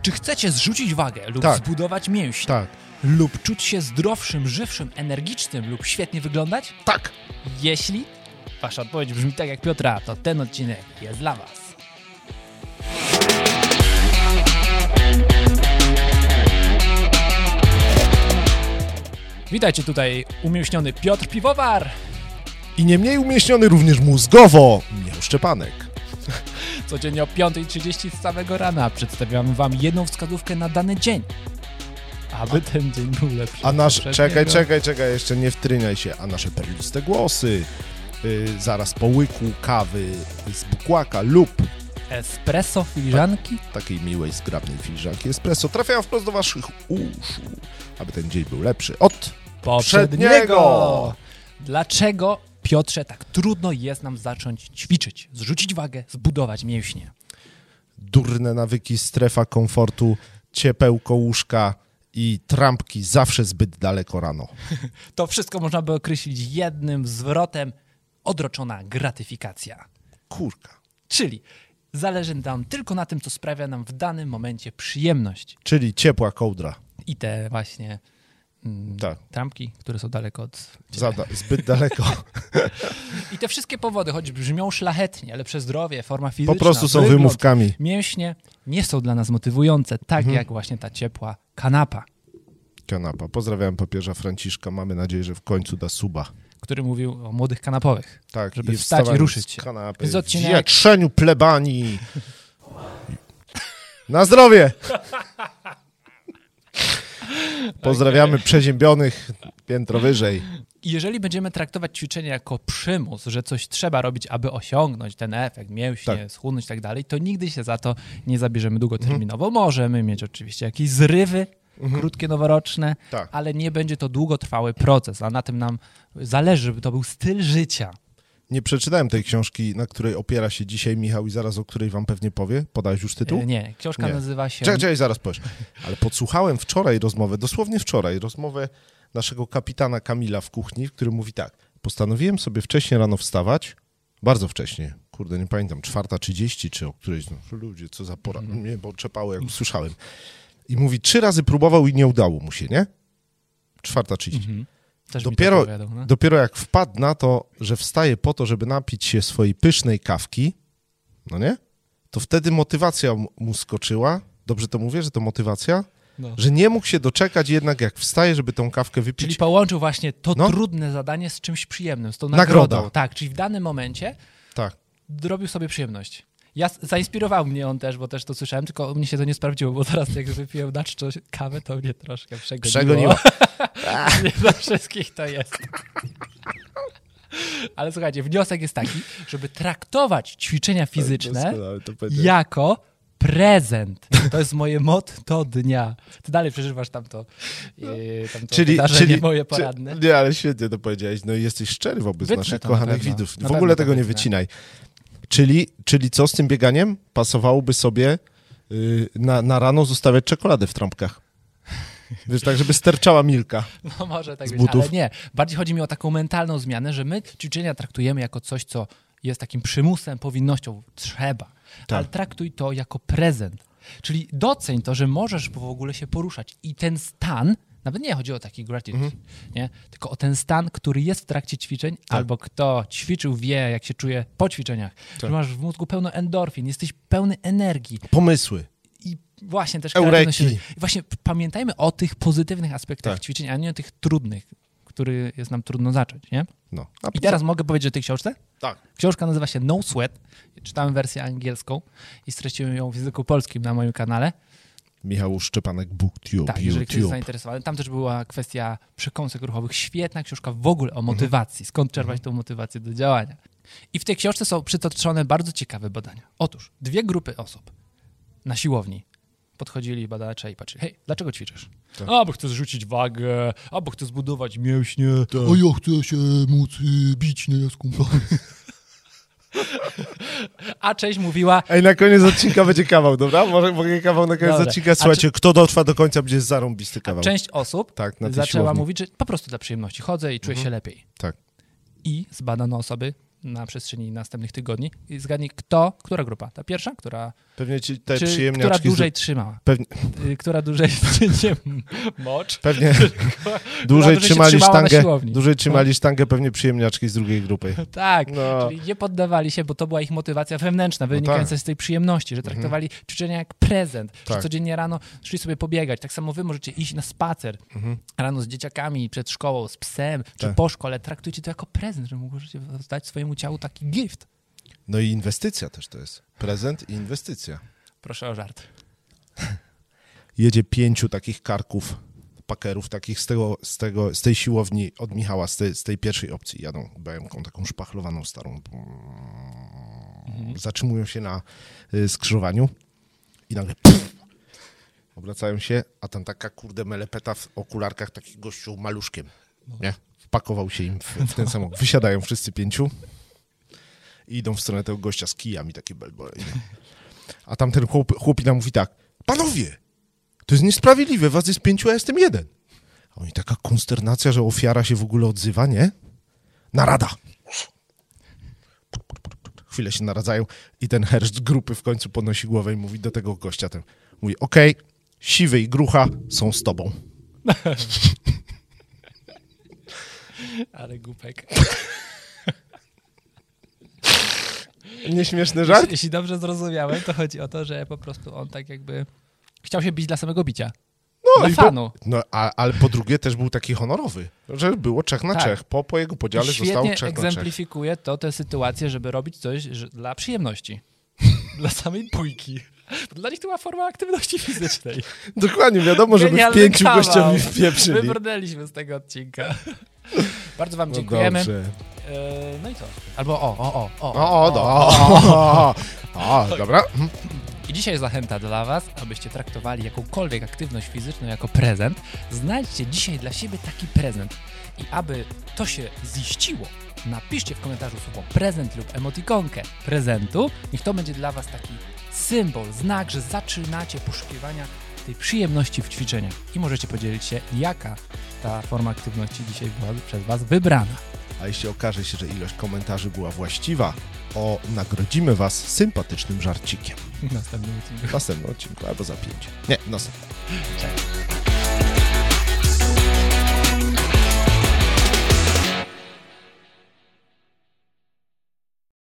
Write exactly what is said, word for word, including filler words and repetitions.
Czy chcecie zrzucić wagę lub tak. zbudować mięśnie? Tak. Lub czuć się zdrowszym, żywszym, energicznym lub świetnie wyglądać? Tak. Jeśli wasza odpowiedź brzmi tak jak Piotra, to ten odcinek jest dla was. Witajcie, tutaj umięśniony Piotr Piwowar. I nie mniej umieśniony również mózgowo Michał Szczepanek. Codziennie o piąta trzydzieści z samego rana przedstawiamy wam jedną wskazówkę na dany dzień, aby ten dzień był lepszy. A nasz, czekaj, czekaj, czekaj, jeszcze nie wtryniaj się, a nasze perliste głosy, yy, zaraz po łyku kawy z bukłaka lub espresso filiżanki, tak, takiej miłej, zgrabnej filiżanki espresso trafiają wprost do waszych uszu, aby ten dzień był lepszy od poprzedniego. Dlaczego, Piotrze, tak trudno jest nam zacząć ćwiczyć, zrzucić wagę, zbudować mięśnie? Durne nawyki, strefa komfortu, ciepełko łóżka i trampki zawsze zbyt daleko rano. To wszystko można by określić jednym zwrotem: odroczona gratyfikacja. Kurka. Czyli zależy nam tylko na tym, co sprawia nam w danym momencie przyjemność. Czyli ciepła kołdra. I te właśnie mm, tak. trampki, które są daleko od Zada, zbyt daleko. I te wszystkie powody, choć brzmią szlachetnie, lepsze zdrowie, forma fizyczna, po prostu są wygląd, wymówkami. Mięśnie nie są dla nas motywujące, tak mhm. jak właśnie ta ciepła kanapa. Kanapa. Pozdrawiam papieża Franciszka. Mamy nadzieję, że w końcu da suba. Który mówił o młodych kanapowych. Tak, żeby i wstać i ruszyć się. Kanapy, Więc odcinek... w wietrzeniu plebanii. Na zdrowie! Pozdrawiamy przeziębionych piętro wyżej. I jeżeli będziemy traktować ćwiczenie jako przymus, że coś trzeba robić, aby osiągnąć ten efekt, mięśnie, tak. schudnąć i tak dalej, to nigdy się za to nie zabierzemy długoterminowo. Mhm. Możemy mieć oczywiście jakieś zrywy, mhm. krótkie, noworoczne, tak. ale nie będzie to długotrwały proces, a na tym nam zależy, żeby to był styl życia. Nie przeczytałem tej książki, na której opiera się dzisiaj Michał i zaraz o której wam pewnie powie. Podałeś już tytuł? E, nie, książka nie. nazywa się... Czekaj, czekaj, zaraz powiesz. Ale podsłuchałem wczoraj rozmowę, dosłownie wczoraj, rozmowę naszego kapitana Kamila w kuchni, który mówi tak: postanowiłem sobie wcześniej rano wstawać, bardzo wcześnie, kurde, nie pamiętam, czwarta trzydzieści czy o którejś, no, ludzie, co za pora, mm. mnie bo czepało, jak usłyszałem. I mówi, trzy razy próbował i nie udało mu się, nie? czwarta trzydzieści. Mm-hmm. Dopiero, no? dopiero jak wpadł na to, że wstaje po to, żeby napić się swojej pysznej kawki, no nie? To wtedy motywacja mu skoczyła. Dobrze to mówię, że to motywacja? No. Że nie mógł się doczekać jednak, jak wstaje, żeby tą kawkę wypić. Czyli połączył właśnie to no. trudne zadanie z czymś przyjemnym, z tą nagrodą. Nagroda. Tak, czyli w danym momencie tak. robił sobie przyjemność. Ja, zainspirował mnie on też, bo też to słyszałem, tylko u mnie się to nie sprawdziło, bo teraz jak wypiłem na czczo kawę, to mnie troszkę przegoniło. Przegoniło. Nie dla wszystkich to jest. Ale słuchajcie, wniosek jest taki, żeby traktować ćwiczenia fizyczne jako prezent. To jest moje motto dnia. Ty dalej przeżywasz tamto, yy, tamto czyli, wydarzenie czyli, moje poradne. Czy, nie, ale świetnie to powiedziałeś. No i jesteś szczery wobec Wytnę naszych kochanych widzów. W ogóle tego nie wycinaj. Czyli, czyli co z tym bieganiem? Pasowałoby sobie yy, na, na rano zostawiać czekoladę w trąbkach. Wiesz, tak, żeby sterczała Milka. No może tak być, ale nie. Bardziej chodzi mi o taką mentalną zmianę, że my ćwiczenia traktujemy jako coś, co jest takim przymusem, powinnością. Trzeba. Tak. Ale traktuj to jako prezent. Czyli doceń to, że możesz w ogóle się poruszać. I ten stan, nawet nie chodzi o taki gratitude, mhm. nie? Tylko o ten stan, który jest w trakcie ćwiczeń, tak. albo kto ćwiczył, wie, jak się czuje po ćwiczeniach. Tak. Że masz w mózgu pełno endorfin, jesteś pełny energii. Pomysły. I właśnie też Eureki. I właśnie pamiętajmy o tych pozytywnych aspektach tak. ćwiczeń, a nie o tych trudnych, który jest nam trudno zacząć, nie? No. I teraz mogę powiedzieć o tej książce? Tak. Książka nazywa się No Sweat. Czytałem wersję angielską i streściłem ją w języku polskim na moim kanale. Michał Szczepanek, BookTube. Tak, jeżeli ktoś jest zainteresowany. Tam też była kwestia przekąsek ruchowych. Świetna książka w ogóle o motywacji. Skąd czerpać tą motywację do działania. I w tej książce są przytoczone bardzo ciekawe badania. Otóż dwie grupy osób na siłowni podchodzili badacze i patrzyli, hej, dlaczego ćwiczysz? Tak. A, bo chcę zrzucić wagę, a, bo chcę zbudować mięśnie. Tak. A ja chcę się móc y, bić, nie, z kumplami. A część mówiła... Ej, na koniec odcinka będzie kawał, dobra? Może mogę kawał na koniec Dobre. odcinka? Słuchajcie, czy... kto dotrwa do końca, będzie zarąbisty kawał. A część osób tak, na zaczęła siłowni. mówić, że po prostu dla przyjemności chodzę i czuję mhm. się lepiej. Tak. I zbadano osoby na przestrzeni następnych tygodni. I zgadnij, kto, która grupa? Ta pierwsza, która Pewnie ci te Czy, przyjemniaczki... która dłużej z... trzymała. Pewnie... Która dłużej... nie mocz. Pewnie dłużej trzymali sztangę, dłużej trzymali sztangę pewnie przyjemniaczki z drugiej grupy. Tak, no. Czyli nie poddawali się, bo to była ich motywacja wewnętrzna, wynikająca no tak. z tej przyjemności, że traktowali mhm. ćwiczenia jak prezent, tak. że codziennie rano szli sobie pobiegać. Tak samo wy możecie iść na spacer mhm. rano z dzieciakami, przed szkołą, z psem, tak. czy po szkole. Traktujcie to jako prezent, że możecie dać swojemu ciału taki gift. No i inwestycja też to jest. Prezent i inwestycja. Proszę o żart. Jedzie pięciu takich karków, pakerów takich z, tego, z, tego, z tej siłowni od Michała, z tej, z tej pierwszej opcji. Jadą B M ką taką szpachlowaną starą. Mhm. Zatrzymują się na y, skrzyżowaniu i nagle pff, obracają się, a tam taka kurde melepeta w okularkach takich gościu maluszkiem. Nie? Wpakował się im w, w ten samochód. Wysiadają wszyscy pięciu i idą w stronę tego gościa z kijami, takie belbole. A tamten chłop, chłopina mówi tak, panowie, to jest niesprawiedliwe, was jest pięciu, a jestem jeden. A oni taka konsternacja, że ofiara się w ogóle odzywa, nie? Narada. Chwilę się naradzają i ten hersz z grupy w końcu podnosi głowę i mówi do tego gościa, ten, mówi, okej, okay, siwy i grucha są z tobą. Ale głupek. Nieśmieszny żart? Jeśli, jeśli dobrze zrozumiałem, to chodzi o to, że po prostu on tak jakby chciał się bić dla samego bicia. No, dla fanu. Po, no, a, ale po drugie też był taki honorowy, że było Czech na tak. Czech. Po, po jego podziale zostało Czech na Czech. Egzemplifikuje to tę sytuację, żeby robić coś że, dla przyjemności. Dla samej bójki. Dla nich to była forma aktywności fizycznej. Dokładnie, wiadomo, żeby w pięciu gościami wpieprzyli. Wybrnęliśmy z tego odcinka. Bardzo wam no dziękujemy. Dobrze. No i co? Albo o, o, o, o. O, o, do, o, o, o, o, dobra. I dzisiaj zachęta dla was, abyście traktowali jakąkolwiek aktywność fizyczną jako prezent. Znajdźcie dzisiaj dla siebie taki prezent. I aby to się ziściło, napiszcie w komentarzu słowo prezent lub emotikonkę prezentu. Niech to będzie dla was taki symbol, znak, że zaczynacie poszukiwania tej przyjemności w ćwiczeniach. I możecie podzielić się, jaka ta forma aktywności dzisiaj była przez was wybrana. A jeśli okaże się, że ilość komentarzy była właściwa, o, nagrodzimy was sympatycznym żarcikiem. W następnym odcinku. W następnym odcinku, albo za pięć. Nie, w następnym. Cześć.